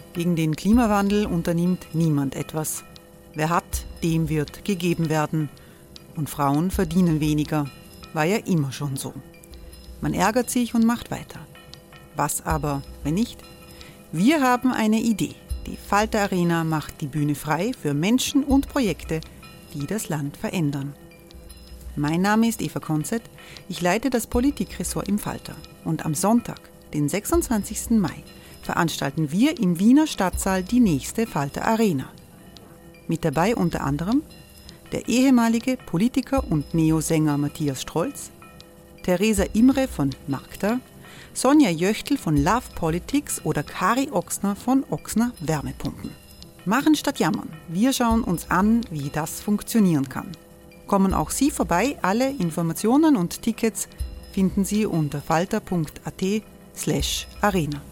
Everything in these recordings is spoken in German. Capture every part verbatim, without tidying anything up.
Gegen den Klimawandel unternimmt niemand etwas. Wer hat, dem wird gegeben werden. Und Frauen verdienen weniger. War ja immer schon so. Man ärgert sich und macht weiter. Was aber, wenn nicht? Wir haben eine Idee. Die Falter Arena macht die Bühne frei für Menschen und Projekte, die das Land verändern. Mein Name ist Eva Konzett, ich leite das Politikressort im Falter. Und am Sonntag, den sechsundzwanzigsten Mai, veranstalten wir im Wiener Stadtsaal die nächste Falter Arena. Mit dabei unter anderem der ehemalige Politiker und Neosänger Matthias Strolz, Theresa Imre von Magda, Sonja Jöchtl von Love Politics oder Kari Ochsner von Ochsner Wärmepumpen. Machen statt jammern. Wir schauen uns an, wie das funktionieren kann. Kommen auch Sie vorbei. Alle Informationen und Tickets finden Sie unter falter punkt at slash arena.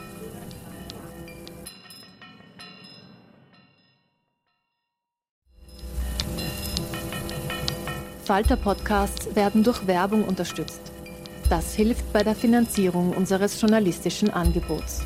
Falter-Podcasts werden durch Werbung unterstützt. Das hilft bei der Finanzierung unseres journalistischen Angebots.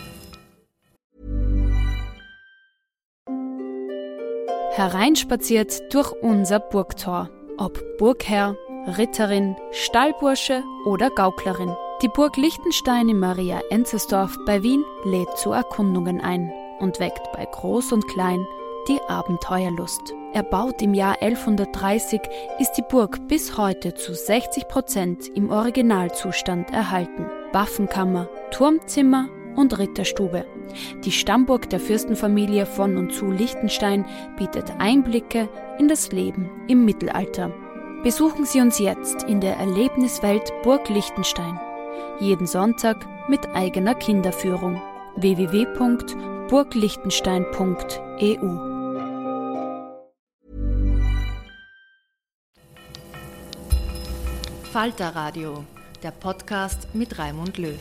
Hereinspaziert durch unser Burgtor. Ob Burgherr, Ritterin, Stallbursche oder Gauklerin. Die Burg Liechtenstein in Maria-Enzersdorf bei Wien lädt zu Erkundungen ein und weckt bei Groß und Klein die Abenteuerlust. Erbaut im Jahr elfhundertdreißig, ist die Burg bis heute zu sechzig Prozent im Originalzustand erhalten. Waffenkammer, Turmzimmer und Ritterstube. Die Stammburg der Fürstenfamilie von und zu Liechtenstein bietet Einblicke in das Leben im Mittelalter. Besuchen Sie uns jetzt in der Erlebniswelt Burg Liechtenstein. Jeden Sonntag mit eigener Kinderführung. w w w punkt burgliechtenstein punkt e u Falter Radio, der Podcast mit Raimund Löw.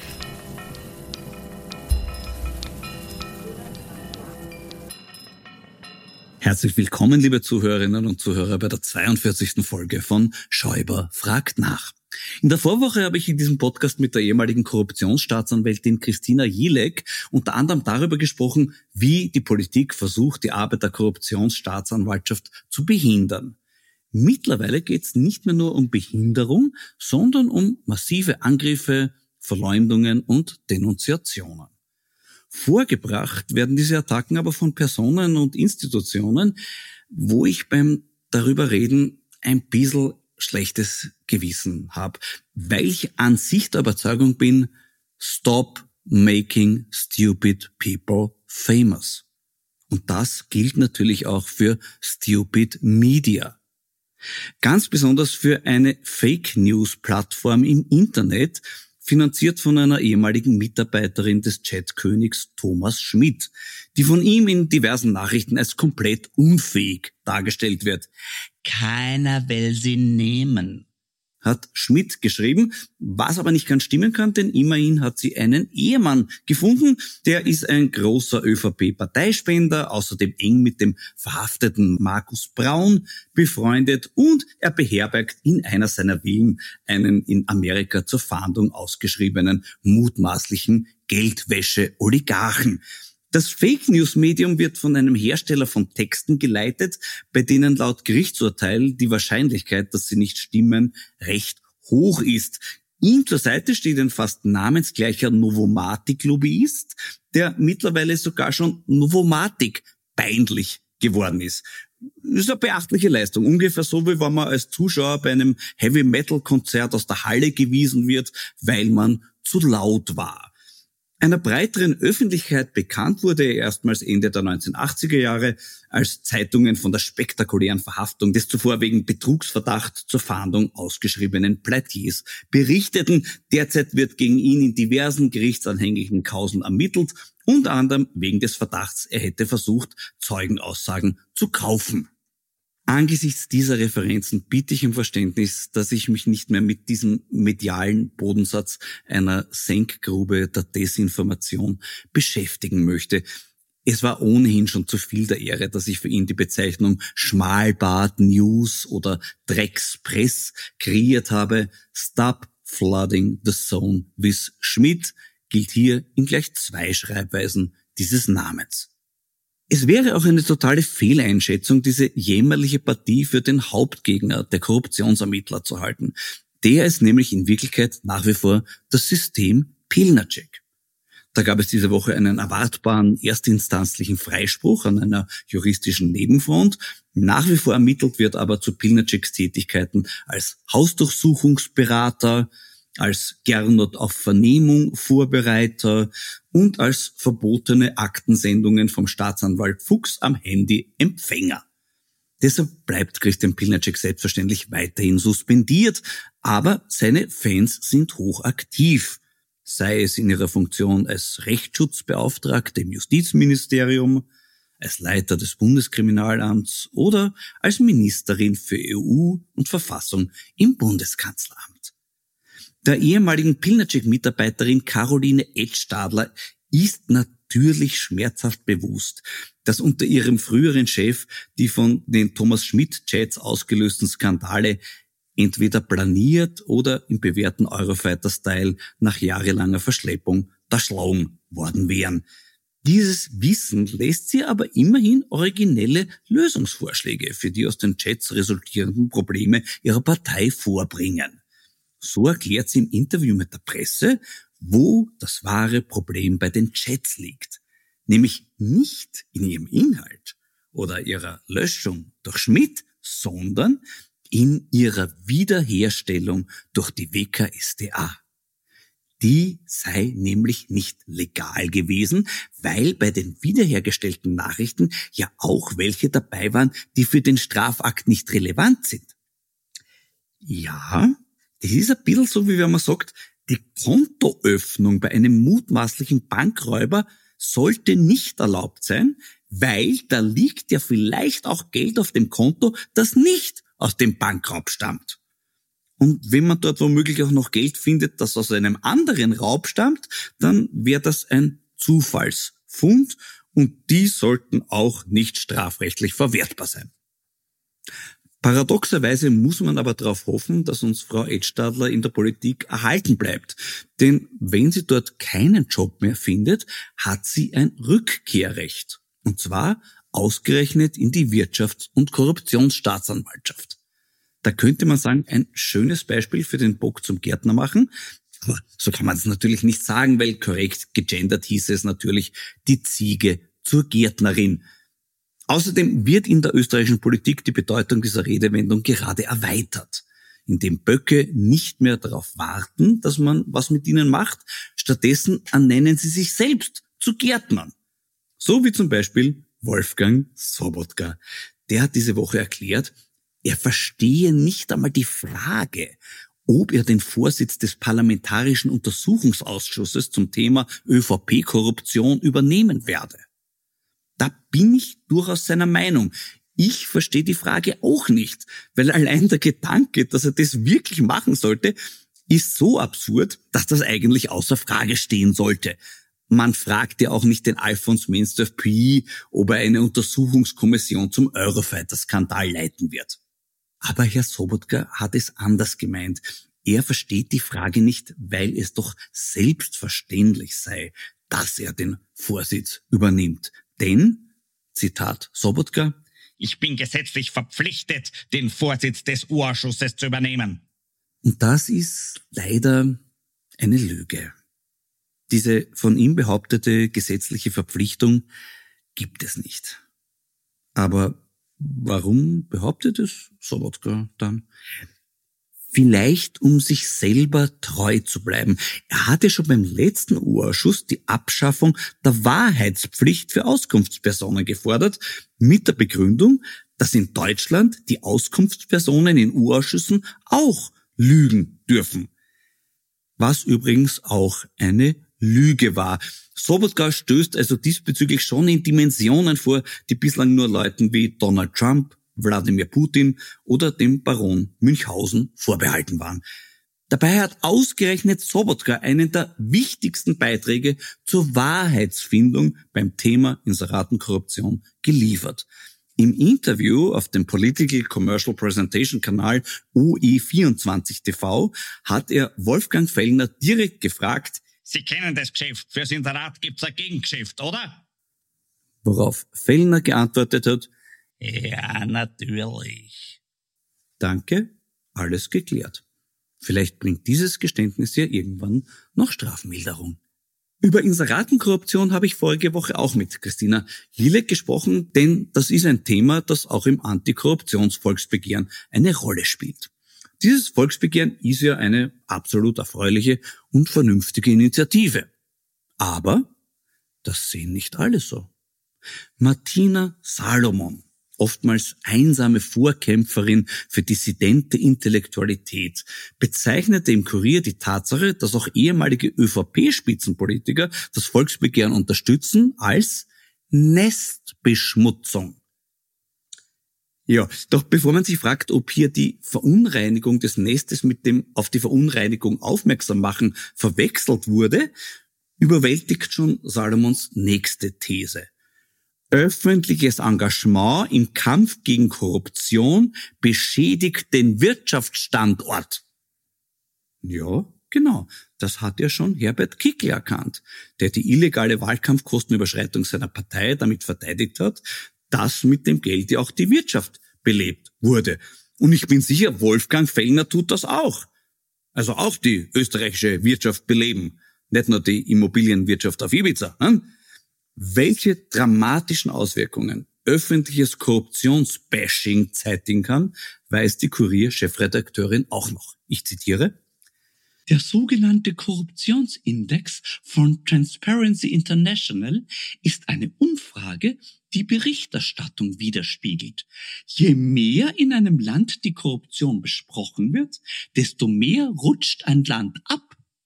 Herzlich willkommen, liebe Zuhörerinnen und Zuhörer, bei der zweiundvierzigsten Folge von Schäuber fragt nach. In der Vorwoche habe ich in diesem Podcast mit der ehemaligen Korruptionsstaatsanwältin Christina Jilek unter anderem darüber gesprochen, wie die Politik versucht, die Arbeit der Korruptionsstaatsanwaltschaft zu behindern. Mittlerweile geht es nicht mehr nur um Behinderung, sondern um massive Angriffe, Verleumdungen und Denunziationen. Vorgebracht werden diese Attacken aber von Personen und Institutionen, wo ich beim darüber reden ein bisschen schlechtes Gewissen habe, weil ich an sich der Überzeugung bin, stop making stupid people famous. Und das gilt natürlich auch für stupid media. Ganz besonders für eine Fake-News-Plattform im Internet, finanziert von einer ehemaligen Mitarbeiterin des Chatkönigs Thomas Schmidt, die von ihm in diversen Nachrichten als komplett unfähig dargestellt wird. Keiner will sie nehmen, hat Schmidt geschrieben, was aber nicht ganz stimmen kann, denn immerhin hat sie einen Ehemann gefunden. Der ist ein großer ÖVP-Parteispender, außerdem eng mit dem verhafteten Markus Braun befreundet und er beherbergt in einer seiner Villen einen in Amerika zur Fahndung ausgeschriebenen mutmaßlichen Geldwäsche-Oligarchen. Das Fake-News-Medium wird von einem Hersteller von Texten geleitet, bei denen laut Gerichtsurteil die Wahrscheinlichkeit, dass sie nicht stimmen, recht hoch ist. Ihm zur Seite steht ein fast namensgleicher Novomatic-Lobbyist, der mittlerweile sogar schon Novomatic peinlich geworden ist. Das ist eine beachtliche Leistung. Ungefähr so, wie wenn man als Zuschauer bei einem Heavy-Metal-Konzert aus der Halle gewiesen wird, weil man zu laut war. Einer breiteren Öffentlichkeit bekannt wurde er erstmals Ende der neunzehnhundertachtziger Jahre, als Zeitungen von der spektakulären Verhaftung des zuvor wegen Betrugsverdacht zur Fahndung ausgeschriebenen Pleitiers berichteten. Derzeit wird gegen ihn in diversen gerichtsanhängigen Kausen ermittelt, unter anderem wegen des Verdachts, er hätte versucht, Zeugenaussagen zu kaufen. Angesichts dieser Referenzen bitte ich um Verständnis, dass ich mich nicht mehr mit diesem medialen Bodensatz einer Senkgrube der Desinformation beschäftigen möchte. Es war ohnehin schon zu viel der Ehre, dass ich für ihn die Bezeichnung Schmalbart News oder Dreckspress kreiert habe. Stop flooding the zone with Schmidt gilt hier in gleich zwei Schreibweisen dieses Namens. Es wäre auch eine totale Fehleinschätzung, diese jämmerliche Partie für den Hauptgegner der Korruptionsermittler zu halten. Der ist nämlich in Wirklichkeit nach wie vor das System Pilnacek. Da gab es diese Woche einen erwartbaren erstinstanzlichen Freispruch an einer juristischen Nebenfront. Nach wie vor ermittelt wird aber zu Pilnaceks Tätigkeiten als Hausdurchsuchungsberater, als Gernot auf Vernehmung Vorbereiter und als verbotene Aktensendungen vom Staatsanwalt Fuchs am Handy Empfänger. Deshalb bleibt Christian Pilnacek selbstverständlich weiterhin suspendiert, aber seine Fans sind hochaktiv. Sei es in ihrer Funktion als Rechtsschutzbeauftragte im Justizministerium, als Leiter des Bundeskriminalamts oder als Ministerin für E U und Verfassung im Bundeskanzleramt. Der ehemaligen Pilnacek-Mitarbeiterin Caroline Edstadler ist natürlich schmerzhaft bewusst, dass unter ihrem früheren Chef die von den Thomas Schmidt-Chats ausgelösten Skandale entweder planiert oder im bewährten Eurofighter-Style nach jahrelanger Verschleppung erschlagen worden wären. Dieses Wissen lässt sie aber immerhin originelle Lösungsvorschläge für die aus den Chats resultierenden Probleme ihrer Partei vorbringen. So erklärt sie im Interview mit der Presse, wo das wahre Problem bei den Chats liegt. Nämlich nicht in ihrem Inhalt oder ihrer Löschung durch Schmidt, sondern in ihrer Wiederherstellung durch die W K S t A. Die sei nämlich nicht legal gewesen, weil bei den wiederhergestellten Nachrichten ja auch welche dabei waren, die für den Strafakt nicht relevant sind. Ja, das ist ein bisschen so, wie wenn man sagt, die Kontoöffnung bei einem mutmaßlichen Bankräuber sollte nicht erlaubt sein, weil da liegt ja vielleicht auch Geld auf dem Konto, das nicht aus dem Bankraub stammt. Und wenn man dort womöglich auch noch Geld findet, das aus einem anderen Raub stammt, dann wäre das ein Zufallsfund und die sollten auch nicht strafrechtlich verwertbar sein. Paradoxerweise muss man aber darauf hoffen, dass uns Frau Edstadler in der Politik erhalten bleibt. Denn wenn sie dort keinen Job mehr findet, hat sie ein Rückkehrrecht. Und zwar ausgerechnet in die Wirtschafts- und Korruptionsstaatsanwaltschaft. Da könnte man sagen, ein schönes Beispiel für den Bock zum Gärtner machen. Aber so kann man es natürlich nicht sagen, weil korrekt gegendert hieße es natürlich die Ziege zur Gärtnerin. Außerdem wird in der österreichischen Politik die Bedeutung dieser Redewendung gerade erweitert, indem Böcke nicht mehr darauf warten, dass man was mit ihnen macht. Stattdessen ernennen sie sich selbst zu Gärtnern. So wie zum Beispiel Wolfgang Sobotka. Der hat diese Woche erklärt, er verstehe nicht einmal die Frage, ob er den Vorsitz des Parlamentarischen Untersuchungsausschusses zum Thema ÖVP-Korruption übernehmen werde. Da bin ich durchaus seiner Meinung. Ich verstehe die Frage auch nicht, weil allein der Gedanke, dass er das wirklich machen sollte, ist so absurd, dass das eigentlich außer Frage stehen sollte. Man fragt ja auch nicht den Alfons Mensdorf-Puy, ob er eine Untersuchungskommission zum Eurofighter-Skandal leiten wird. Aber Herr Sobotka hat es anders gemeint. Er versteht die Frage nicht, weil es doch selbstverständlich sei, dass er den Vorsitz übernimmt. Denn, Zitat Sobotka, ich bin gesetzlich verpflichtet, den Vorsitz des U-Ausschusses zu übernehmen. Und das ist leider eine Lüge. Diese von ihm behauptete gesetzliche Verpflichtung gibt es nicht. Aber warum behauptet es Sobotka dann? Vielleicht, um sich selber treu zu bleiben. Er hatte schon beim letzten U-Ausschuss die Abschaffung der Wahrheitspflicht für Auskunftspersonen gefordert, mit der Begründung, dass in Deutschland die Auskunftspersonen in U-Ausschüssen auch lügen dürfen. Was übrigens auch eine Lüge war. Sobotka stößt also diesbezüglich schon in Dimensionen vor, die bislang nur Leuten wie Donald Trump, Wladimir Putin oder dem Baron Münchhausen vorbehalten waren. Dabei hat ausgerechnet Sobotka einen der wichtigsten Beiträge zur Wahrheitsfindung beim Thema Inseratenkorruption geliefert. Im Interview auf dem Political Commercial Presentation Kanal O E vierundzwanzig T V hat er Wolfgang Fellner direkt gefragt: Sie kennen das Geschäft, fürs Inserat gibt's ein Gegengeschäft, oder? Worauf Fellner geantwortet hat: Ja, natürlich. Danke, alles geklärt. Vielleicht bringt dieses Geständnis ja irgendwann noch Strafmilderung. Über Inseratenkorruption habe ich vorige Woche auch mit Christina Jilek gesprochen, denn das ist ein Thema, das auch im Antikorruptionsvolksbegehren eine Rolle spielt. Dieses Volksbegehren ist ja eine absolut erfreuliche und vernünftige Initiative. Aber das sehen nicht alle so. Martina Salomon, oftmals einsame Vorkämpferin für dissidente Intellektualität, bezeichnete im Kurier die Tatsache, dass auch ehemalige ÖVP-Spitzenpolitiker das Volksbegehren unterstützen, als Nestbeschmutzung. Ja, doch bevor man sich fragt, ob hier die Verunreinigung des Nestes mit dem auf die Verunreinigung aufmerksam machen verwechselt wurde, überwältigt schon Salomons nächste These. Öffentliches Engagement im Kampf gegen Korruption beschädigt den Wirtschaftsstandort. Ja, genau. Das hat ja schon Herbert Kickl erkannt, der die illegale Wahlkampfkostenüberschreitung seiner Partei damit verteidigt hat, dass mit dem Geld ja auch die Wirtschaft belebt wurde. Und ich bin sicher, Wolfgang Fellner tut das auch. Also auch die österreichische Wirtschaft beleben. Nicht nur die Immobilienwirtschaft auf Ibiza. Hm? Welche dramatischen Auswirkungen öffentliches Korruptionsbashing zeitigen kann, weiß die Kurier-Chefredakteurin auch noch. Ich zitiere: Der sogenannte Korruptionsindex von Transparency International ist eine Umfrage, die Berichterstattung widerspiegelt. Je mehr in einem Land die Korruption besprochen wird, desto mehr rutscht ein Land ab.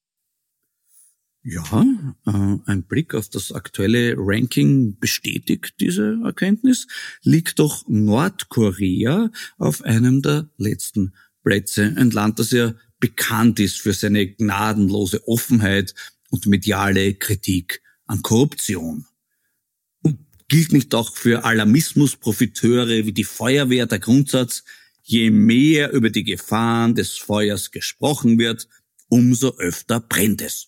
Ja, äh, ein Blick auf das aktuelle Ranking bestätigt diese Erkenntnis. Liegt doch Nordkorea auf einem der letzten Plätze. Ein Land, das ja bekannt ist für seine gnadenlose Offenheit und mediale Kritik an Korruption. Und gilt nicht auch für Alarmismus-Profiteure wie die Feuerwehr der Grundsatz: Je mehr über die Gefahren des Feuers gesprochen wird, umso öfter brennt es.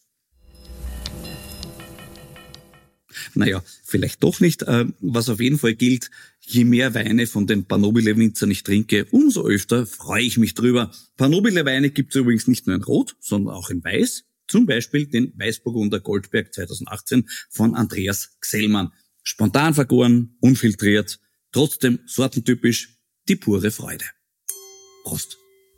Naja, vielleicht doch nicht. Was auf jeden Fall gilt: Je mehr Weine von den Paar-Nobile-Winzern ich trinke, umso öfter freue ich mich drüber. Paar-Nobile-Weine gibt es übrigens nicht nur in Rot, sondern auch in Weiß. Zum Beispiel den Weißburgunder Goldberg zweitausendachtzehn von Andreas Gsellmann. Spontan vergoren, unfiltriert, trotzdem sortentypisch, die pure Freude. Prost!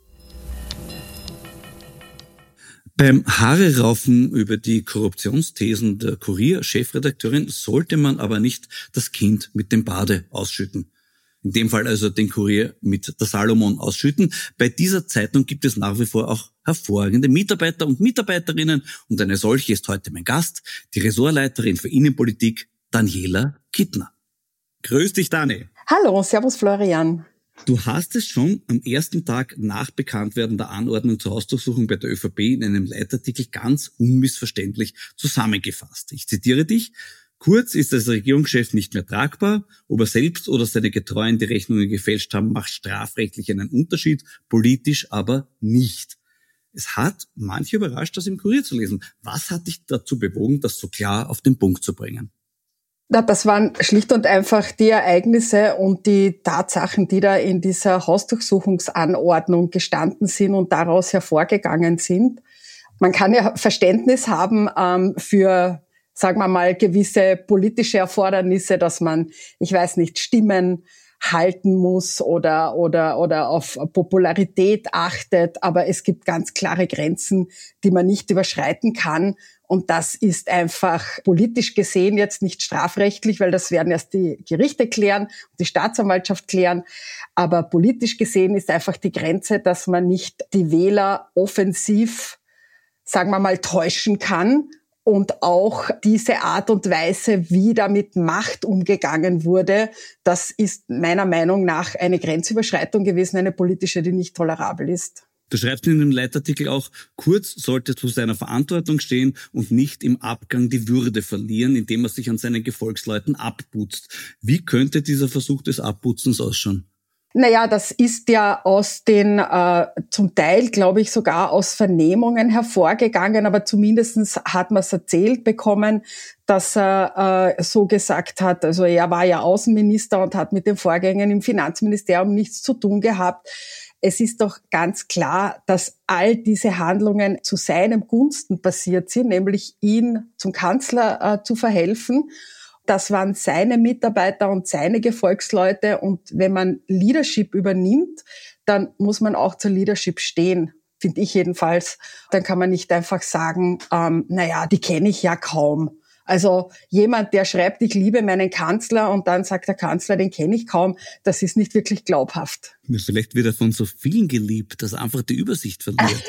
Beim Haareraufen über die Korruptionsthesen der Kurier-Chefredakteurin sollte man aber nicht das Kind mit dem Bade ausschütten. In dem Fall also den Kurier mit der Salomon ausschütten. Bei dieser Zeitung gibt es nach wie vor auch hervorragende Mitarbeiter und Mitarbeiterinnen, und eine solche ist heute mein Gast, die Ressortleiterin für Innenpolitik, Daniela Kittner. Grüß dich, Dani. Hallo, servus Florian. Du hast es schon am ersten Tag nach Bekanntwerden der Anordnung zur Hausdurchsuchung bei der ÖVP in einem Leitartikel ganz unmissverständlich zusammengefasst. Ich zitiere dich: Kurz ist als Regierungschef nicht mehr tragbar. Ob er selbst oder seine Getreuen die Rechnungen gefälscht haben, macht strafrechtlich einen Unterschied, politisch aber nicht. Es hat manche überrascht, das im Kurier zu lesen. Was hat dich dazu bewogen, das so klar auf den Punkt zu bringen? Na, das waren schlicht und einfach die Ereignisse und die Tatsachen, die da in dieser Hausdurchsuchungsanordnung gestanden sind und daraus hervorgegangen sind. Man kann ja Verständnis haben ähm, für, sagen wir mal, gewisse politische Erfordernisse, dass man, ich weiß nicht, Stimmen halten muss oder oder oder auf Popularität achtet, aber es gibt ganz klare Grenzen, die man nicht überschreiten kann, und das ist einfach politisch gesehen jetzt nicht strafrechtlich, weil das werden erst die Gerichte klären, die Staatsanwaltschaft klären, aber politisch gesehen ist einfach die Grenze, dass man nicht die Wähler offensiv, sagen wir mal, täuschen kann. Und auch diese Art und Weise, wie da mit Macht umgegangen wurde, das ist meiner Meinung nach eine Grenzüberschreitung gewesen, eine politische, die nicht tolerabel ist. Du schreibst in dem Leitartikel auch: Kurz sollte zu seiner Verantwortung stehen und nicht im Abgang die Würde verlieren, indem er sich an seinen Gefolgsleuten abputzt. Wie könnte dieser Versuch des Abputzens ausschauen? Naja, das ist ja aus den, äh, zum Teil, glaube ich, sogar aus Vernehmungen hervorgegangen, aber zumindestens hat man es erzählt bekommen, dass er äh, so gesagt hat, also er war ja Außenminister und hat mit den Vorgängen im Finanzministerium nichts zu tun gehabt. Es ist doch ganz klar, dass all diese Handlungen zu seinem Gunsten passiert sind, nämlich ihn zum Kanzler äh, zu verhelfen. Das waren seine Mitarbeiter und seine Gefolgsleute. Und wenn man Leadership übernimmt, dann muss man auch zur Leadership stehen, finde ich jedenfalls. Dann kann man nicht einfach sagen, ähm, naja, die kenne ich ja kaum. Also jemand, der schreibt, ich liebe meinen Kanzler und dann sagt der Kanzler, den kenne ich kaum, das ist nicht wirklich glaubhaft. Vielleicht wird er von so vielen geliebt, dass er einfach die Übersicht verliert.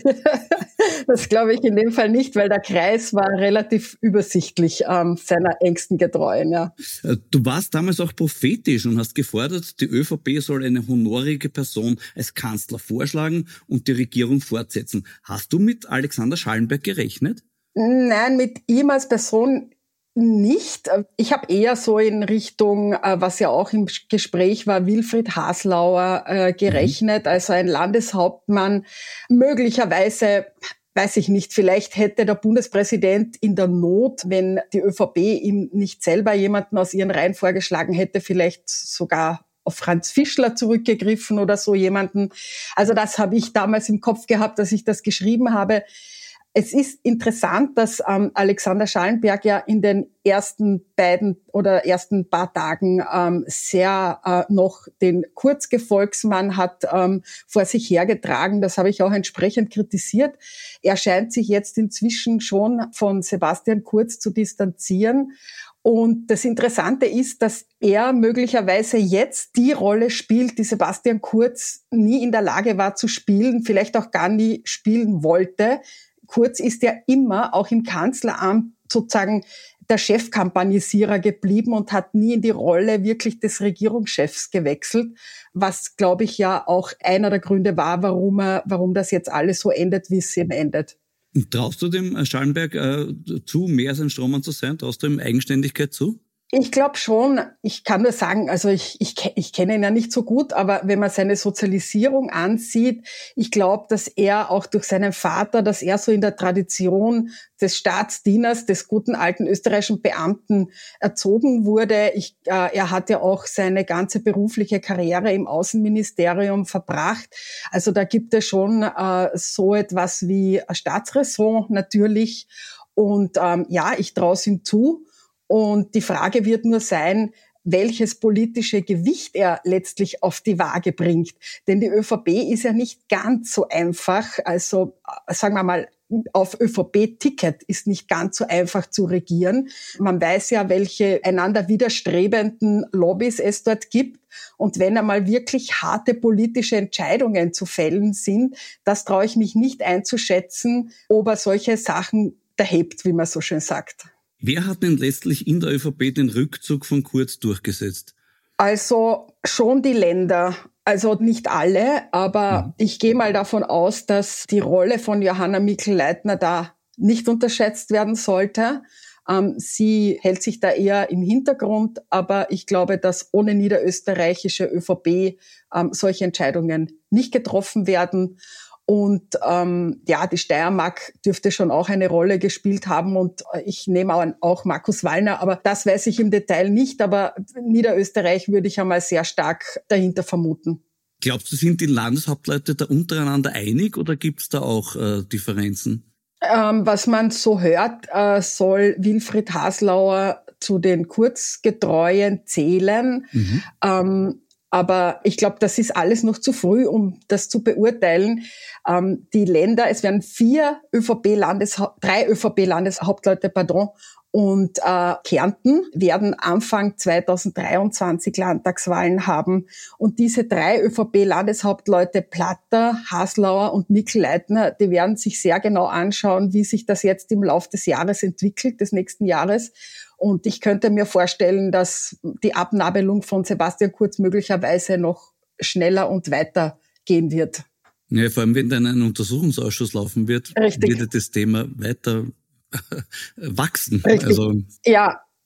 Das glaube ich in dem Fall nicht, weil der Kreis war relativ übersichtlich ähm, seiner engsten Getreuen. Ja. Du warst damals auch prophetisch und hast gefordert, die ÖVP soll eine honorige Person als Kanzler vorschlagen und die Regierung fortsetzen. Hast du mit Alexander Schallenberg gerechnet? Nein, mit ihm als Person nicht. Ich habe eher so in Richtung, was ja auch im Gespräch war, Wilfried Haslauer äh, gerechnet, mhm. also ein Landeshauptmann. Möglicherweise, weiß ich nicht, vielleicht hätte der Bundespräsident in der Not, wenn die ÖVP ihm nicht selber jemanden aus ihren Reihen vorgeschlagen hätte, vielleicht sogar auf Franz Fischler zurückgegriffen oder so jemanden. Also das habe ich damals im Kopf gehabt, dass ich das geschrieben habe. Es ist interessant, dass ähm, Alexander Schallenberg ja in den ersten beiden oder ersten paar Tagen ähm, sehr äh, noch den Kurz-Gefolgsmann hat ähm, vor sich hergetragen. Das habe ich auch entsprechend kritisiert. Er scheint sich jetzt inzwischen schon von Sebastian Kurz zu distanzieren. Und das Interessante ist, dass er möglicherweise jetzt die Rolle spielt, die Sebastian Kurz nie in der Lage war zu spielen, vielleicht auch gar nie spielen wollte. Kurz ist ja immer auch im Kanzleramt sozusagen der Chefkampagnisierer geblieben und hat nie in die Rolle wirklich des Regierungschefs gewechselt, was, glaube ich, ja auch einer der Gründe war, warum er, warum das jetzt alles so endet, wie es eben endet. Und traust du dem Schallenberg äh, zu, mehr als ein Strohmann zu sein? Traust du ihm Eigenständigkeit zu? Ich glaube schon. Ich kann nur sagen, also ich, ich, ich kenne ihn ja nicht so gut, aber wenn man seine Sozialisierung ansieht, ich glaube, dass er auch durch seinen Vater, dass er so in der Tradition des Staatsdieners, des guten alten österreichischen Beamten erzogen wurde. Ich, äh, er hat ja auch seine ganze berufliche Karriere im Außenministerium verbracht. Also da gibt es schon äh, so etwas wie Staatsräson natürlich. Und ähm, ja, ich traue es ihm zu. Und die Frage wird nur sein, welches politische Gewicht er letztlich auf die Waage bringt. Denn die ÖVP ist ja nicht ganz so einfach. Also sagen wir mal, auf ÖVP-Ticket ist nicht ganz so einfach zu regieren. Man weiß ja, welche einander widerstrebenden Lobbys es dort gibt. Und wenn einmal wirklich harte politische Entscheidungen zu fällen sind, das traue ich mich nicht einzuschätzen, ob er solche Sachen erhebt, wie man so schön sagt. Wer hat denn letztlich in der ÖVP den Rückzug von Kurz durchgesetzt? Also schon die Länder, also nicht alle, aber mhm. ich gehe mal davon aus, dass die Rolle von Johanna Mikl-Leitner da nicht unterschätzt werden sollte. Ähm, sie hält sich da eher im Hintergrund, aber ich glaube, dass ohne niederösterreichische ÖVP ähm, solche Entscheidungen nicht getroffen werden. Und ähm, ja, die Steiermark dürfte schon auch eine Rolle gespielt haben und ich nehme auch, auch Markus Wallner, aber das weiß ich im Detail nicht, aber Niederösterreich würde ich einmal sehr stark dahinter vermuten. Glaubst du, sind die Landeshauptleute da untereinander einig oder gibt es da auch äh, Differenzen? Ähm, was man so hört, äh, soll Wilfried Haslauer zu den Kurzgetreuen zählen. Mhm. Ähm, Aber ich glaube, das ist alles noch zu früh, um das zu beurteilen. Ähm, die Länder, es werden vier ÖVP-Landeshaupt, drei ÖVP-Landeshauptleute, pardon, und äh, Kärnten werden Anfang zweitausenddreiundzwanzig Landtagswahlen haben. Und diese drei ÖVP-Landeshauptleute Platter, Haslauer und Mikl-Leitner, die werden sich sehr genau anschauen, wie sich das jetzt im Laufe des Jahres entwickelt, des nächsten Jahres. Und ich könnte mir vorstellen, dass die Abnabelung von Sebastian Kurz möglicherweise noch schneller und weiter gehen wird. Ja, vor allem, wenn dann ein Untersuchungsausschuss laufen wird, Richtig. wird das Thema weiter wachsen. Richtig. Also ja,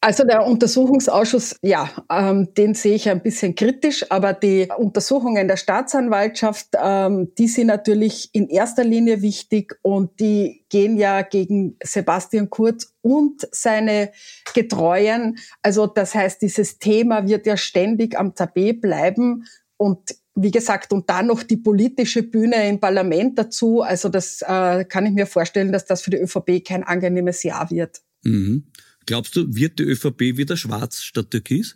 Also der Untersuchungsausschuss, ja, ähm, den sehe ich ein bisschen kritisch, aber die Untersuchungen der Staatsanwaltschaft, ähm, die sind natürlich in erster Linie wichtig und die gehen ja gegen Sebastian Kurz und seine Getreuen. Also das heißt, dieses Thema wird ja ständig am Tapet bleiben und wie gesagt, und dann noch die politische Bühne im Parlament dazu. Also das äh, kann ich mir vorstellen, dass das für die ÖVP kein angenehmes Jahr wird. Mhm. Glaubst du, wird die ÖVP wieder schwarz statt türkis?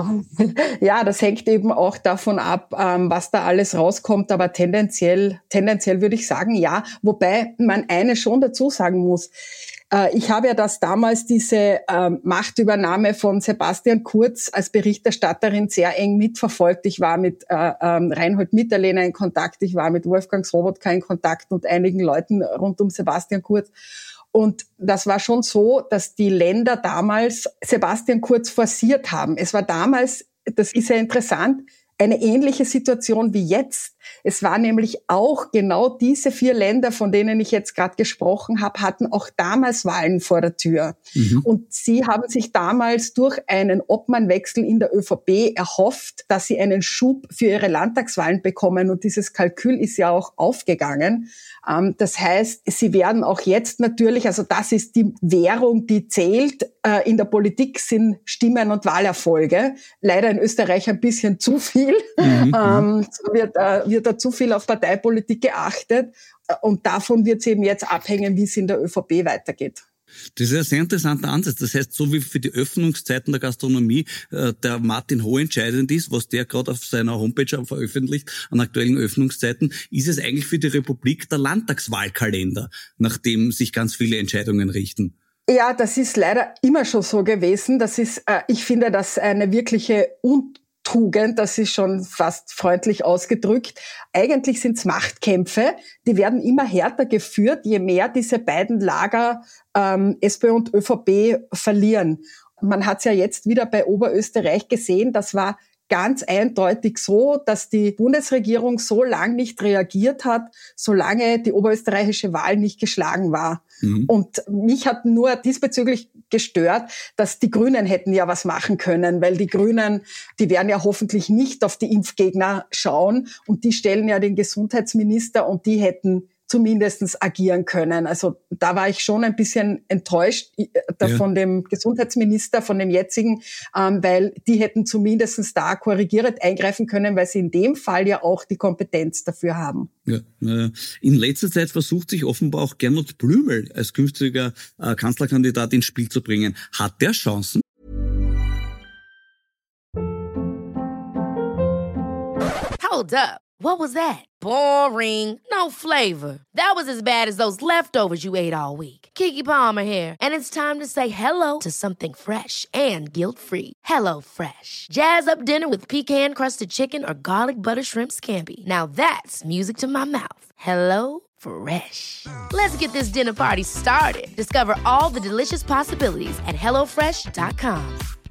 Ja, das hängt eben auch davon ab, was da alles rauskommt. Aber tendenziell, tendenziell würde ich sagen, ja. Wobei man eines schon dazu sagen muss. Ich habe ja das damals, diese Machtübernahme von Sebastian Kurz als Berichterstatterin sehr eng mitverfolgt. Ich war mit Reinhold Mitterlehner in Kontakt, ich war mit Wolfgang Sobotka in Kontakt und einigen Leuten rund um Sebastian Kurz. Und das war schon so, dass die Länder damals Sebastian Kurz forciert haben. Es war damals, das ist ja interessant, eine ähnliche Situation wie jetzt. Es war nämlich auch genau diese vier Länder, von denen ich jetzt gerade gesprochen habe, hatten auch damals Wahlen vor der Tür. Mhm. Und sie haben sich damals durch einen Obmannwechsel in der ÖVP erhofft, dass sie einen Schub für ihre Landtagswahlen bekommen. Und dieses Kalkül ist ja auch aufgegangen. Das heißt, sie werden auch jetzt natürlich, also das ist die Währung, die zählt. In der Politik sind Stimmen und Wahlerfolge. Leider in Österreich ein bisschen zu viel. Mhm. Ähm, wird, äh, wird da zu viel auf Parteipolitik geachtet. Und davon wird es eben jetzt abhängen, wie es in der ÖVP weitergeht. Das ist ein sehr interessanter Ansatz. Das heißt, so wie für die Öffnungszeiten der Gastronomie äh, der Martin Ho entscheidend ist, was der gerade auf seiner Homepage veröffentlicht an aktuellen Öffnungszeiten, ist es eigentlich für die Republik der Landtagswahlkalender, nach dem sich ganz viele Entscheidungen richten. Ja, das ist leider immer schon so gewesen. Das ist, äh, ich finde das eine wirkliche Untugend, das ist schon fast freundlich ausgedrückt. Eigentlich sind es Machtkämpfe, die werden immer härter geführt, je mehr diese beiden Lager ähm, SPÖ und ÖVP verlieren. Man hat es ja jetzt wieder bei Oberösterreich gesehen, das war ganz eindeutig so, dass die Bundesregierung so lange nicht reagiert hat, solange die oberösterreichische Wahl nicht geschlagen war. Mhm. Und mich hat nur diesbezüglich gestört, dass die Grünen hätten ja was machen können, weil die Grünen, die werden ja hoffentlich nicht auf die Impfgegner schauen und die stellen ja den Gesundheitsminister und die hätten zumindest agieren können. Also da war ich schon ein bisschen enttäuscht da ja. von dem Gesundheitsminister, von dem jetzigen, ähm, weil die hätten zumindest da korrigierend eingreifen können, weil sie in dem Fall ja auch die Kompetenz dafür haben. Ja, äh, in letzter Zeit versucht sich offenbar auch Gernot Blümel als künftiger äh, Kanzlerkandidat ins Spiel zu bringen. Hat der Chancen? Hold up. What was that? Boring. No flavor. That was as bad as those leftovers you ate all week. Keke Palmer here, and it's time to say hello to something fresh and guilt-free. Hello Fresh. Jazz up dinner with pecan-crusted chicken or garlic butter shrimp scampi. Now that's music to my mouth. Hello Fresh. Let's get this dinner party started. Discover all the delicious possibilities at hello fresh dot com.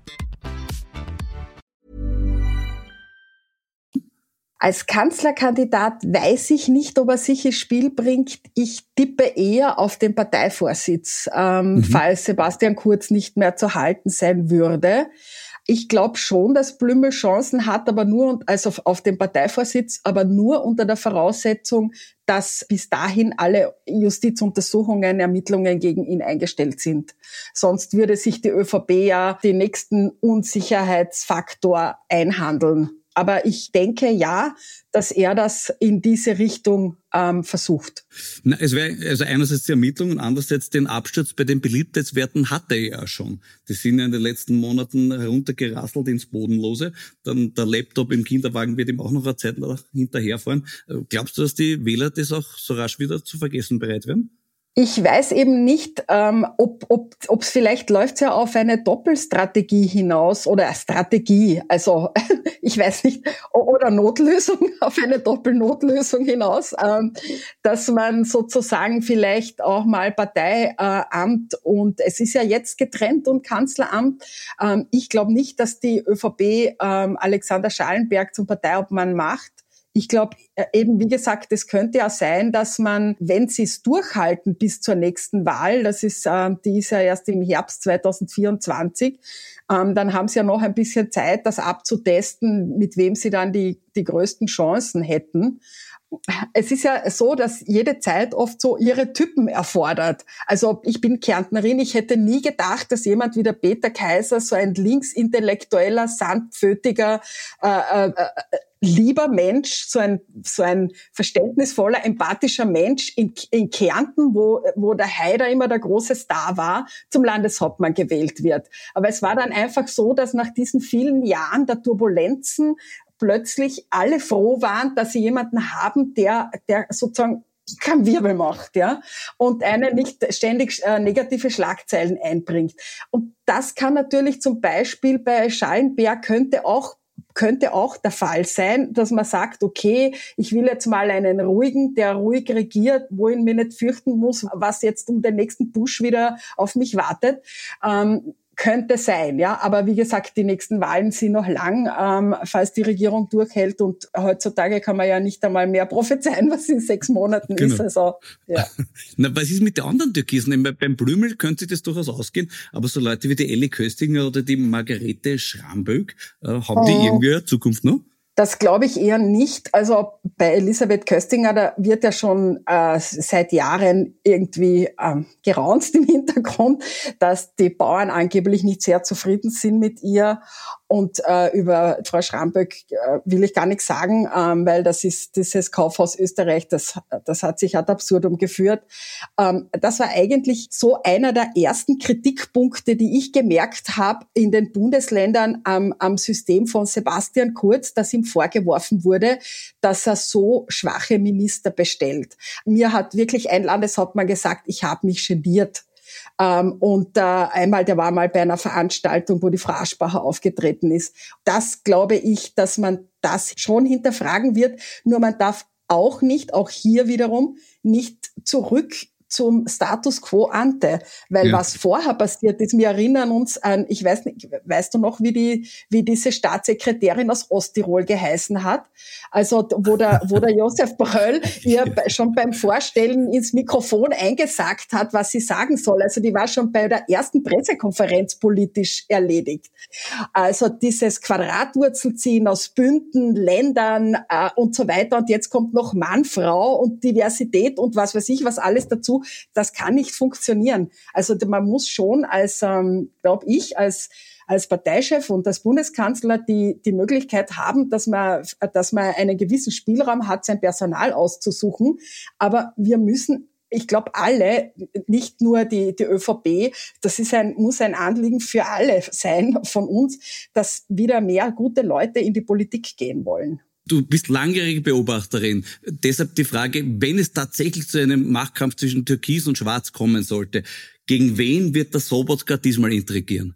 Als Kanzlerkandidat weiß ich nicht, ob er sich ins Spiel bringt. Ich tippe eher auf den Parteivorsitz, ähm, mhm. falls Sebastian Kurz nicht mehr zu halten sein würde. Ich glaube schon, dass Blümel Chancen hat, aber nur, also auf den Parteivorsitz, aber nur unter der Voraussetzung, dass bis dahin alle Justizuntersuchungen, Ermittlungen gegen ihn eingestellt sind. Sonst würde sich die ÖVP ja den nächsten Unsicherheitsfaktor einhandeln. Aber ich denke ja, dass er das in diese Richtung ähm, versucht. Na, es wäre also einerseits die Ermittlung und andererseits den Absturz bei den Beliebtheitswerten hatte er ja schon. Die sind ja in den letzten Monaten heruntergerasselt ins Bodenlose. Dann der Laptop im Kinderwagen wird ihm auch noch eine Zeit lang hinterherfahren. Glaubst du, dass die Wähler das auch so rasch wieder zu vergessen bereit werden? Ich weiß eben nicht, ähm, ob ob ob es vielleicht läuft ja auf eine Doppelstrategie hinaus oder Strategie, also ich weiß nicht, oder Notlösung, auf eine Doppelnotlösung hinaus, ähm, dass man sozusagen vielleicht auch mal Parteiamt äh, und es ist ja jetzt getrennt und Kanzleramt. Ähm, ich glaube nicht, dass die ÖVP ähm, Alexander Schallenberg zum Parteiobmann macht. Ich glaube, eben wie gesagt, es könnte ja sein, dass man, wenn sie es durchhalten bis zur nächsten Wahl, das ist, äh, die ist ja erst im Herbst zwanzig vierundzwanzig, ähm, dann haben sie ja noch ein bisschen Zeit, das abzutesten, mit wem sie dann die, die größten Chancen hätten. Es ist ja so, dass jede Zeit oft so ihre Typen erfordert. Also ich bin Kärntnerin, ich hätte nie gedacht, dass jemand wie der Peter Kaiser, so ein linksintellektueller, sanftpfötiger, äh, äh, lieber Mensch, so ein so ein verständnisvoller, empathischer Mensch in, in Kärnten, wo wo der Haider immer der große Star war, zum Landeshauptmann gewählt wird. Aber es war dann einfach so, dass nach diesen vielen Jahren der Turbulenzen plötzlich alle froh waren, dass sie jemanden haben, der der sozusagen keinen Wirbel macht, ja, und einen nicht ständig äh, negative Schlagzeilen einbringt. Und das kann natürlich zum Beispiel bei Schallenberg könnte auch könnte auch der Fall sein, dass man sagt, okay, ich will jetzt mal einen ruhigen, der ruhig regiert, wo ich mich nicht fürchten muss, was jetzt um den nächsten Push wieder auf mich wartet. Ähm, Könnte sein, ja. Aber wie gesagt, die nächsten Wahlen sind noch lang, ähm, falls die Regierung durchhält. Und heutzutage kann man ja nicht einmal mehr prophezeien, was in sechs Monaten genau ist. Also, ja. Na, was ist mit den anderen Türkisen? Beim Blümel könnte sich das durchaus ausgehen, aber so Leute wie die Elli Köstinger oder die Margarete Schramböck, äh, haben die oh. irgendwie eine Zukunft noch? Das glaube ich eher nicht. Also bei Elisabeth Köstinger, da wird ja schon äh, seit Jahren irgendwie ähm, geraunzt im Hintergrund, dass die Bauern angeblich nicht sehr zufrieden sind mit ihr. Und äh, über Frau Schramböck äh, will ich gar nichts sagen, ähm, weil das ist dieses Kaufhaus Österreich, das das hat sich ad absurdum geführt. Ähm, das war eigentlich so einer der ersten Kritikpunkte, die ich gemerkt habe in den Bundesländern am, am System von Sebastian Kurz, dass ihm vorgeworfen wurde, dass er so schwache Minister bestellt. Mir hat wirklich ein Landeshauptmann gesagt, ich habe mich geniert. Ähm, und äh, einmal, der war mal bei einer Veranstaltung, wo die Frau Aschbacher aufgetreten ist. Das glaube ich, dass man das schon hinterfragen wird. Nur man darf auch nicht, auch hier wiederum, nicht zurück zum Status quo ante, weil ja. was vorher passiert ist, wir erinnern uns an, ich weiß nicht, weißt du noch, wie die, wie diese Staatssekretärin aus Osttirol geheißen hat? Also, wo der, wo der Josef Bröll ihr schon beim Vorstellen ins Mikrofon eingesagt hat, was sie sagen soll. Also, die war schon bei der ersten Pressekonferenz politisch erledigt. Also, dieses Quadratwurzelziehen aus Bünden, Ländern, äh, und so weiter. Und jetzt kommt noch Mann, Frau und Diversität und was weiß ich, was alles dazu. Das kann nicht funktionieren. Also man muss schon als, ähm, glaube ich, als als Parteichef und als Bundeskanzler die die Möglichkeit haben, dass man dass man einen gewissen Spielraum hat, sein Personal auszusuchen. Aber wir müssen, ich glaube alle, nicht nur die die ÖVP, das ist ein muss ein Anliegen für alle sein von uns, dass wieder mehr gute Leute in die Politik gehen wollen. Du bist langjährige Beobachterin. Deshalb die Frage, wenn es tatsächlich zu einem Machtkampf zwischen Türkis und Schwarz kommen sollte, gegen wen wird der Sobotka diesmal intrigieren?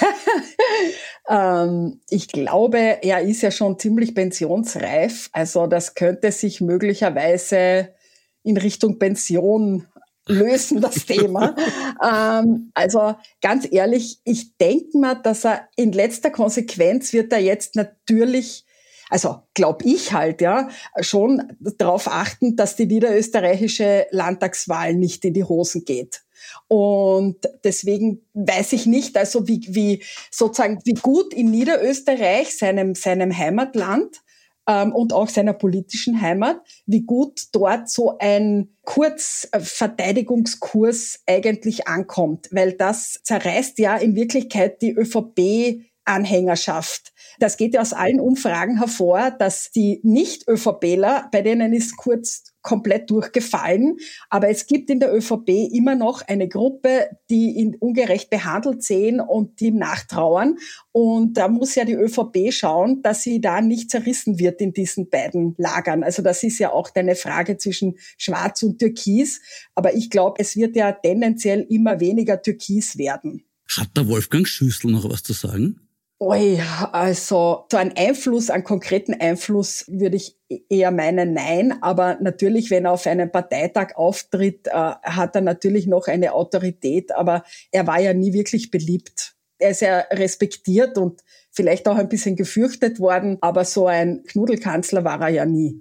ähm, ich glaube, er ist ja schon ziemlich pensionsreif. Also das könnte sich möglicherweise in Richtung Pension lösen, das Thema. ähm, also ganz ehrlich, ich denke mal, dass er in letzter Konsequenz wird er jetzt natürlich, also glaube ich halt, ja, schon darauf achten, dass die niederösterreichische Landtagswahl nicht in die Hosen geht. Und deswegen weiß ich nicht, also wie, wie sozusagen, wie gut in Niederösterreich, seinem, seinem Heimatland, ähm, und auch seiner politischen Heimat, wie gut dort so ein Kurzverteidigungskurs eigentlich ankommt, weil das zerreißt ja in Wirklichkeit die ÖVP-Anhängerschaft. Das geht ja aus allen Umfragen hervor, dass die Nicht-ÖVPler, bei denen ist Kurz komplett durchgefallen, aber es gibt in der ÖVP immer noch eine Gruppe, die ihn ungerecht behandelt sehen und die ihm nachtrauern. Und da muss ja die ÖVP schauen, dass sie da nicht zerrissen wird in diesen beiden Lagern. Also das ist ja auch eine Frage zwischen Schwarz und Türkis. Aber ich glaube, es wird ja tendenziell immer weniger Türkis werden. Hat der Wolfgang Schüssel noch was zu sagen? Ui, also so ein Einfluss, einen konkreten Einfluss würde ich eher meinen, nein. Aber natürlich, wenn er auf einem Parteitag auftritt, äh, hat er natürlich noch eine Autorität. Aber er war ja nie wirklich beliebt. Er ist ja respektiert und vielleicht auch ein bisschen gefürchtet worden. Aber so ein Knuddelkanzler war er ja nie.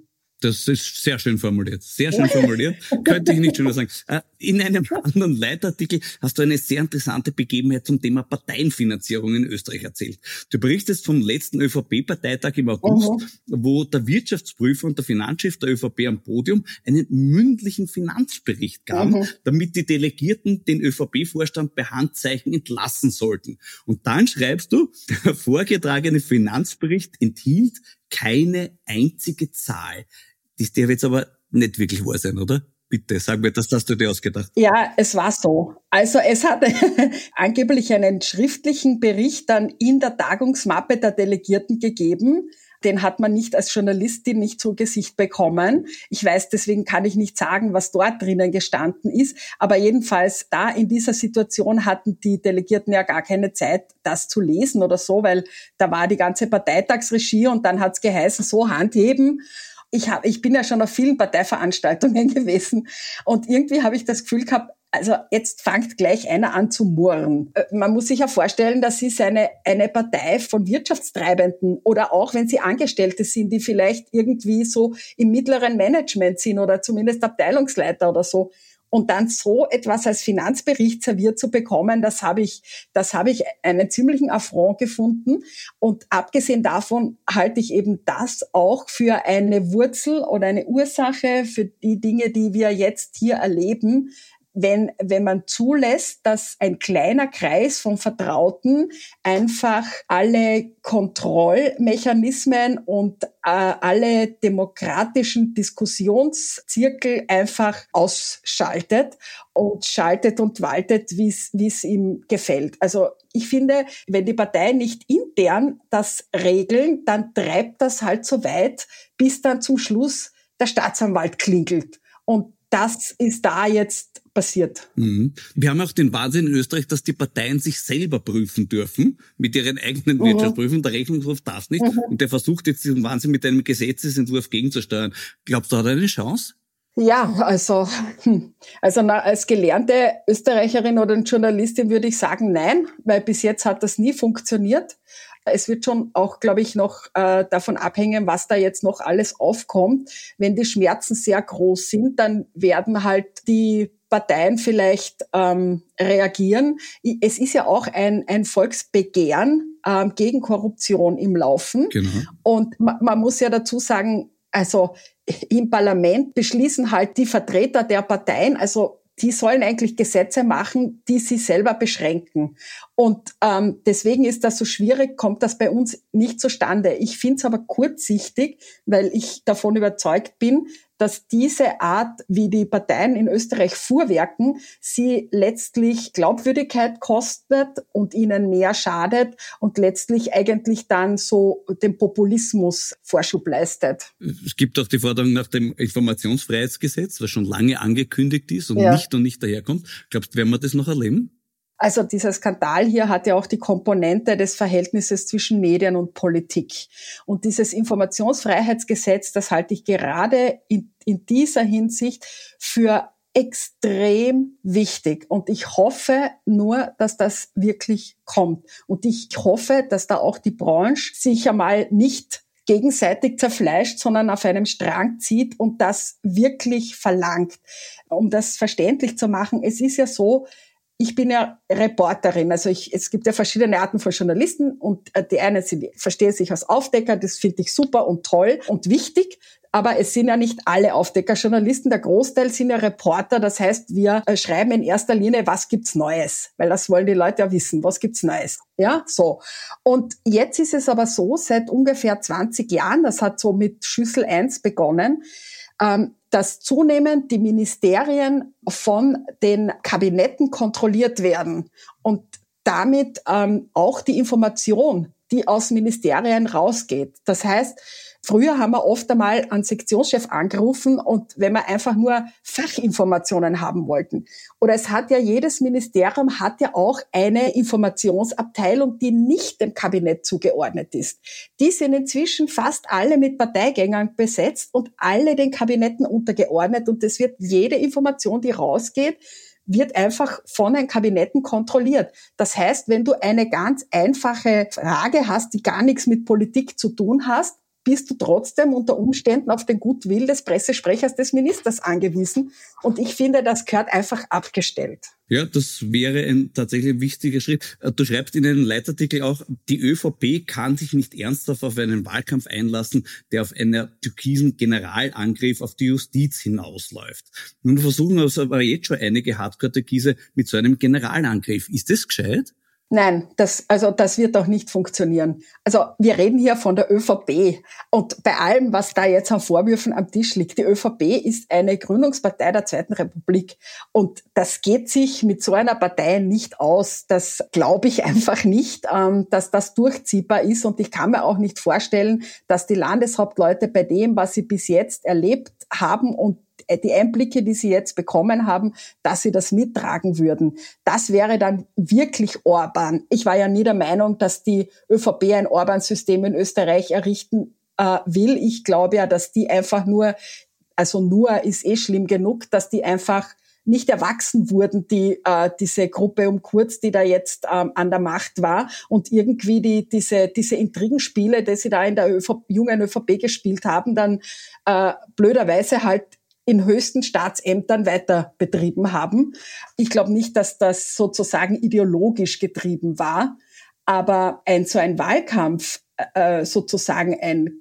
Das ist sehr schön formuliert. Sehr schön formuliert. Könnte ich nicht schöner sagen. In einem anderen Leitartikel hast du eine sehr interessante Begebenheit zum Thema Parteienfinanzierung in Österreich erzählt. Du berichtest vom letzten ÖVP-Parteitag im August, mhm. wo der Wirtschaftsprüfer und der Finanzchef der ÖVP am Podium einen mündlichen Finanzbericht gaben, mhm. damit die Delegierten den ÖVP-Vorstand per Handzeichen entlassen sollten. Und dann schreibst du, der vorgetragene Finanzbericht enthielt keine einzige Zahl. Das darf jetzt aber nicht wirklich wahr sein, oder? Bitte, sag mir, das hast du dir ausgedacht. Ja, es war so. Also es hat angeblich einen schriftlichen Bericht dann in der Tagungsmappe der Delegierten gegeben. Den hat man nicht als Journalistin nicht zu Gesicht bekommen. Ich weiß, deswegen kann ich nicht sagen, was dort drinnen gestanden ist. Aber jedenfalls da in dieser Situation hatten die Delegierten ja gar keine Zeit, das zu lesen oder so, weil da war die ganze Parteitagsregie und dann hat's geheißen, so Handheben. Ich, hab, ich bin ja schon auf vielen Parteiveranstaltungen gewesen und irgendwie habe ich das Gefühl gehabt, also jetzt fängt gleich einer an zu murren. Man muss sich ja vorstellen, das ist eine, eine Partei von Wirtschaftstreibenden oder auch wenn sie Angestellte sind, die vielleicht irgendwie so im mittleren Management sind oder zumindest Abteilungsleiter oder so. Und dann so etwas als Finanzbericht serviert zu bekommen, das habe ich, das habe ich einen ziemlichen Affront gefunden. Und abgesehen davon halte ich eben das auch für eine Wurzel oder eine Ursache für die Dinge, die wir jetzt hier erleben. Wenn, wenn man zulässt, dass ein kleiner Kreis von Vertrauten einfach alle Kontrollmechanismen und äh, alle demokratischen Diskussionszirkel einfach ausschaltet und schaltet und waltet, wie es wie es ihm gefällt. Also ich finde, wenn die Parteien nicht intern das regeln, dann treibt das halt so weit, bis dann zum Schluss der Staatsanwalt klingelt. Und das ist da jetzt passiert. Mhm. Wir haben auch den Wahnsinn in Österreich, dass die Parteien sich selber prüfen dürfen, mit ihren eigenen mhm. Wirtschaftsprüfen. Der Rechnungshof darf nicht. Mhm. Und der versucht jetzt diesen Wahnsinn mit einem Gesetzesentwurf gegenzusteuern. Glaubst du, hat er eine Chance? Ja, also, also na, als gelernte Österreicherin oder Journalistin würde ich sagen, nein, weil bis jetzt hat das nie funktioniert. Es wird schon auch, glaube ich, noch äh, davon abhängen, was da jetzt noch alles aufkommt. Wenn die Schmerzen sehr groß sind, dann werden halt die Parteien vielleicht ähm, reagieren. Es ist ja auch ein, ein Volksbegehren ähm, gegen Korruption im Laufen. Genau. Und ma, man muss ja dazu sagen, also im Parlament beschließen halt die Vertreter der Parteien, also die sollen eigentlich Gesetze machen, die sie selber beschränken. Und ähm, deswegen ist das so schwierig, kommt das bei uns nicht zustande. Ich finde es aber kurzsichtig, weil ich davon überzeugt bin, dass diese Art, wie die Parteien in Österreich fuhrwerken, sie letztlich Glaubwürdigkeit kostet und ihnen mehr schadet und letztlich eigentlich dann so dem Populismus Vorschub leistet. Es gibt auch die Forderung nach dem Informationsfreiheitsgesetz, was schon lange angekündigt ist und ja. nicht und nicht daherkommt. Glaubst du, werden wir das noch erleben? Also dieser Skandal hier hat ja auch die Komponente des Verhältnisses zwischen Medien und Politik. Und dieses Informationsfreiheitsgesetz, das halte ich gerade in, in dieser Hinsicht für extrem wichtig. Und ich hoffe nur, dass das wirklich kommt. Und ich hoffe, dass da auch die Branche sich einmal nicht gegenseitig zerfleischt, sondern auf einem Strang zieht und das wirklich verlangt. Um das verständlich zu machen, es ist ja so, ich bin ja Reporterin, also ich, es gibt ja verschiedene Arten von Journalisten und die einen sind, verstehen sich als Aufdecker, das finde ich super und toll und wichtig, aber es sind ja nicht alle Aufdecker-Journalisten, der Großteil sind ja Reporter, das heißt, wir schreiben in erster Linie, was gibt's Neues, weil das wollen die Leute ja wissen, was gibt's Neues, ja, so. Und jetzt ist es aber so, seit ungefähr zwanzig Jahren, das hat so mit Schüssel eins begonnen, ähm, dass zunehmend die Ministerien von den Kabinetten kontrolliert werden und damit ähm, auch die Information, die aus Ministerien rausgeht. Das heißt, früher haben wir oft einmal einen Sektionschef angerufen und wenn wir einfach nur Fachinformationen haben wollten. Oder es hat ja, jedes Ministerium hat ja auch eine Informationsabteilung, die nicht dem Kabinett zugeordnet ist. Die sind inzwischen fast alle mit Parteigängern besetzt und alle den Kabinetten untergeordnet und es wird jede Information, die rausgeht, wird einfach von den Kabinetten kontrolliert. Das heißt, wenn du eine ganz einfache Frage hast, die gar nichts mit Politik zu tun hast, bist du trotzdem unter Umständen auf den Gutwill des Pressesprechers des Ministers angewiesen. Und ich finde, das gehört einfach abgestellt. Ja, das wäre ein tatsächlich wichtiger Schritt. Du schreibst in einem Leitartikel auch, die ÖVP kann sich nicht ernsthaft auf einen Wahlkampf einlassen, der auf einen türkisen Generalangriff auf die Justiz hinausläuft. Nun versuchen also aber jetzt schon einige Hardcore-Türkise mit so einem Generalangriff. Ist das gescheit? Nein, das, also, das wird auch nicht funktionieren. Also, wir reden hier von der ÖVP. Und bei allem, was da jetzt an Vorwürfen am Tisch liegt, die ÖVP ist eine Gründungspartei der Zweiten Republik. Und das geht sich mit so einer Partei nicht aus. Das glaube ich einfach nicht, ähm, dass das durchziehbar ist. Und ich kann mir auch nicht vorstellen, dass die Landeshauptleute bei dem, was sie bis jetzt erlebt haben und die Einblicke, die sie jetzt bekommen haben, dass sie das mittragen würden. Das wäre dann wirklich Orban. Ich war ja nie der Meinung, dass die ÖVP ein Orban-System in Österreich errichten äh, will. Ich glaube ja, dass die einfach nur, also nur ist eh schlimm genug, dass die einfach nicht erwachsen wurden, die äh, diese Gruppe um Kurz, die da jetzt ähm, an der Macht war und irgendwie die diese diese Intrigenspiele, die sie da in der ÖVP, jungen ÖVP gespielt haben, dann äh, blöderweise halt in höchsten Staatsämtern weiter betrieben haben. Ich glaube nicht, dass das sozusagen ideologisch getrieben war, aber ein so ein Wahlkampf, äh, sozusagen ein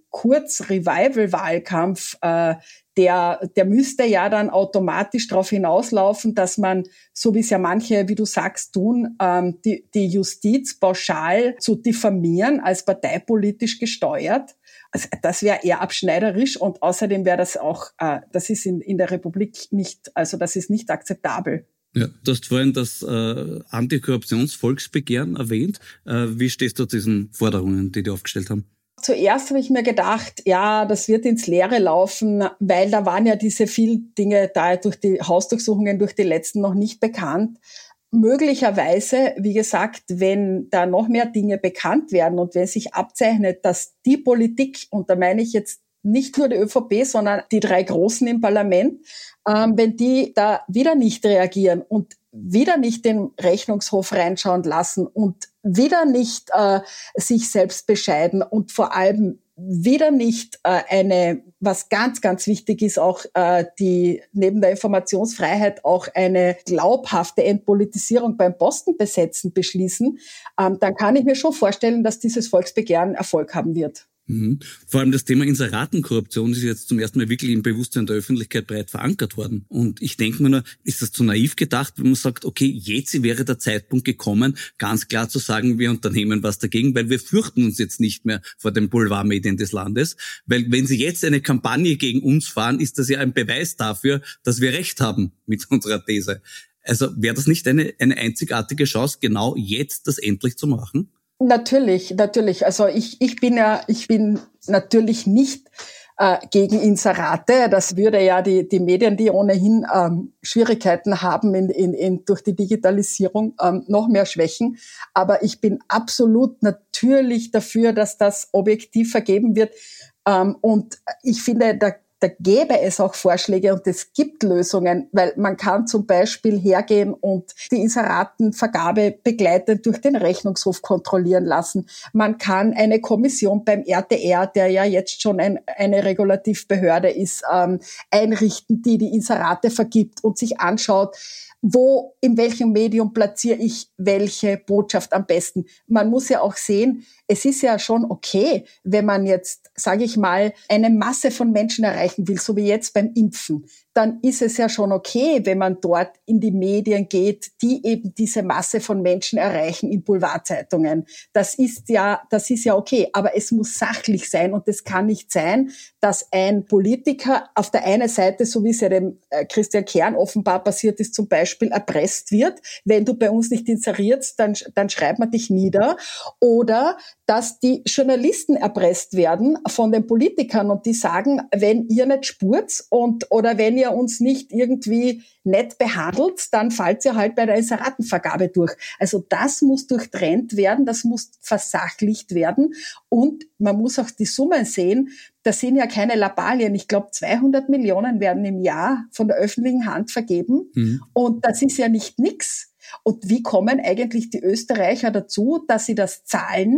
Kurz-Revival-Wahlkampf, äh, der der müsste ja dann automatisch darauf hinauslaufen, dass man, so wie es ja manche, wie du sagst, tun, ähm, die, die Justiz pauschal zu diffamieren, als parteipolitisch gesteuert. Also das wäre eher abschneiderisch und außerdem wäre das auch, äh, das ist in, in der Republik nicht, also das ist nicht akzeptabel. Ja, du hast vorhin das äh, Antikorruptionsvolksbegehren erwähnt. Äh, wie stehst du zu diesen Forderungen, die die aufgestellt haben? Zuerst habe ich mir gedacht, ja, das wird ins Leere laufen, weil da waren ja diese vielen Dinge da durch die Hausdurchsuchungen, durch die letzten noch nicht bekannt. Möglicherweise, wie gesagt, wenn da noch mehr Dinge bekannt werden und wenn sich abzeichnet, dass die Politik, und da meine ich jetzt nicht nur die ÖVP, sondern die drei Großen im Parlament, ähm, wenn die da wieder nicht reagieren und wieder nicht den Rechnungshof reinschauen lassen und wieder nicht äh, sich selbst bescheiden und vor allem wieder nicht äh, eine, was ganz, ganz wichtig ist, auch äh, die neben der Informationsfreiheit auch eine glaubhafte Entpolitisierung beim Postenbesetzen beschließen, ähm, dann kann ich mir schon vorstellen, dass dieses Volksbegehren Erfolg haben wird. Mhm. Vor allem das Thema Inseratenkorruption ist jetzt zum ersten Mal wirklich im Bewusstsein der Öffentlichkeit breit verankert worden. Und ich denke mir nur, ist das zu naiv gedacht, wenn man sagt, okay, jetzt wäre der Zeitpunkt gekommen, ganz klar zu sagen, wir unternehmen was dagegen, weil wir fürchten uns jetzt nicht mehr vor den Boulevardmedien des Landes. Weil wenn sie jetzt eine Kampagne gegen uns fahren, ist das ja ein Beweis dafür, dass wir recht haben mit unserer These. Also wäre das nicht eine, eine einzigartige Chance, genau jetzt das endlich zu machen? Natürlich, natürlich. Also ich, ich bin ja, ich bin natürlich nicht äh, gegen Inserate. Das würde ja die, die Medien, die ohnehin ähm, Schwierigkeiten haben in, in, in, durch die Digitalisierung, ähm, noch mehr schwächen. Aber ich bin absolut natürlich dafür, dass das objektiv vergeben wird. Ähm, und ich finde, da Da gäbe es auch Vorschläge und es gibt Lösungen, weil man kann zum Beispiel hergehen und die Inseratenvergabe begleitend durch den Rechnungshof kontrollieren lassen. Man kann eine Kommission beim R T R, der ja jetzt schon ein, eine Regulativbehörde ist, ähm, einrichten, die die Inserate vergibt und sich anschaut, wo, in welchem Medium platziere ich welche Botschaft am besten. Man muss ja auch sehen, es ist ja schon okay, wenn man jetzt, sage ich mal, eine Masse von Menschen erreichen will, so wie jetzt beim Impfen, dann ist es ja schon okay, wenn man dort in die Medien geht, die eben diese Masse von Menschen erreichen in Boulevardzeitungen. Das ist ja, das ist ja okay, aber es muss sachlich sein und es kann nicht sein, dass ein Politiker auf der einen Seite, so wie es ja dem Christian Kern offenbar passiert ist, zum Beispiel erpresst wird, wenn du bei uns nicht inserierst, dann, dann schreibt man dich nieder, oder dass die Journalisten erpresst werden von den Politikern und die sagen, wenn ihr nicht spurt und oder wenn ihr uns nicht irgendwie nett behandelt, dann fallt ihr halt bei der Inseratenvergabe durch. Also das muss durchtrennt werden, das muss versachlicht werden und man muss auch die Summen sehen. Das sind ja keine Lappalien. Ich glaube, zweihundert Millionen werden im Jahr von der öffentlichen Hand vergeben mhm. und das ist ja nicht nix. Und wie kommen eigentlich die Österreicher dazu, dass sie das zahlen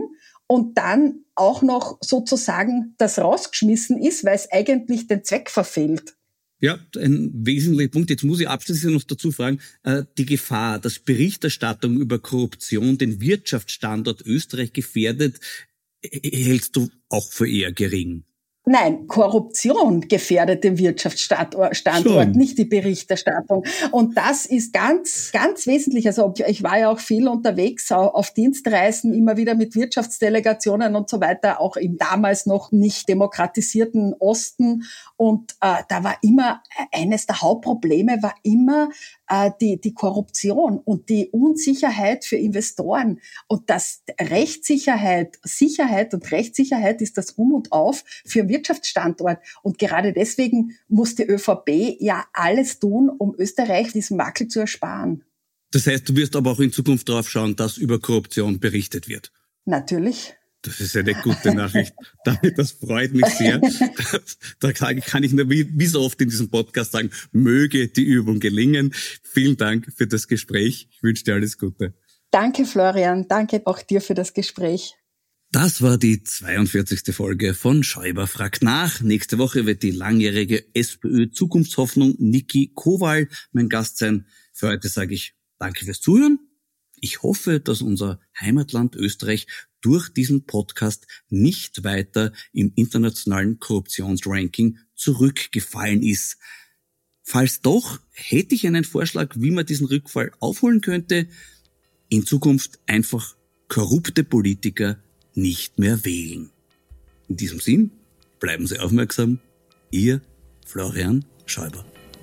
und dann auch noch sozusagen das rausgeschmissen ist, weil es eigentlich den Zweck verfehlt. Ja, ein wesentlicher Punkt. Jetzt muss ich abschließend noch dazu fragen, äh, die Gefahr, dass Berichterstattung über Korruption den Wirtschaftsstandort Österreich gefährdet, hältst du auch für eher gering? Nein, Korruption gefährdet den Wirtschaftsstandort, Standort, nicht die Berichterstattung. Und das ist ganz, ganz wesentlich. Also ich war ja auch viel unterwegs auf Dienstreisen, immer wieder mit Wirtschaftsdelegationen und so weiter, auch im damals noch nicht demokratisierten Osten. Und äh, da war immer, eines der Hauptprobleme war immer äh, die, die Korruption und die Unsicherheit für Investoren. Und das Rechtssicherheit, Sicherheit und Rechtssicherheit ist das Um und Auf für Wirtschaftsstandort. Und gerade deswegen muss die ÖVP ja alles tun, um Österreich diesen Makel zu ersparen. Das heißt, du wirst aber auch in Zukunft darauf schauen, dass über Korruption berichtet wird. Natürlich. Das ist eine gute Nachricht. Das freut mich sehr. Da kann ich nur wie, wie so oft in diesem Podcast sagen, möge die Übung gelingen. Vielen Dank für das Gespräch. Ich wünsche dir alles Gute. Danke, Florian. Danke auch dir für das Gespräch. Das war die zweiundvierzigste Folge von Schäuber fragt nach. Nächste Woche wird die langjährige SPÖ-Zukunftshoffnung Niki Kowal mein Gast sein. Für heute sage ich danke fürs Zuhören. Ich hoffe, dass unser Heimatland Österreich durch diesen Podcast nicht weiter im internationalen Korruptionsranking zurückgefallen ist. Falls doch, hätte ich einen Vorschlag, wie man diesen Rückfall aufholen könnte. In Zukunft einfach korrupte Politiker nicht mehr wählen. In diesem Sinn, bleiben Sie aufmerksam. Ihr Florian Schäuber.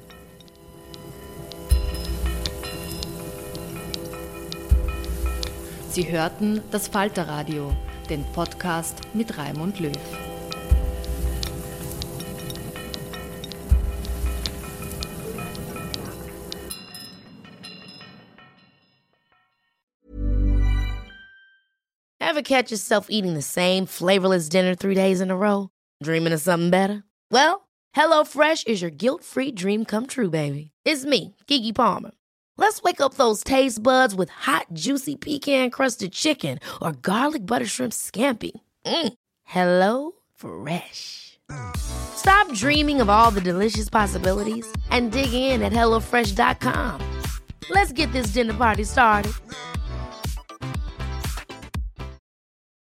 Sie hörten das Falterradio, den Podcast mit Raimund Löw. Ever catch yourself eating the same flavorless dinner three days in a row? Dreaming of something better? Well, HelloFresh is your guilt-free dream come true, baby. It's me, Keke Palmer. Let's wake up those taste buds with hot, juicy pecan-crusted chicken or garlic butter shrimp scampi. Mm. Hello Fresh. Stop dreaming of all the delicious possibilities and dig in at hello fresh dot com. Let's get this dinner party started.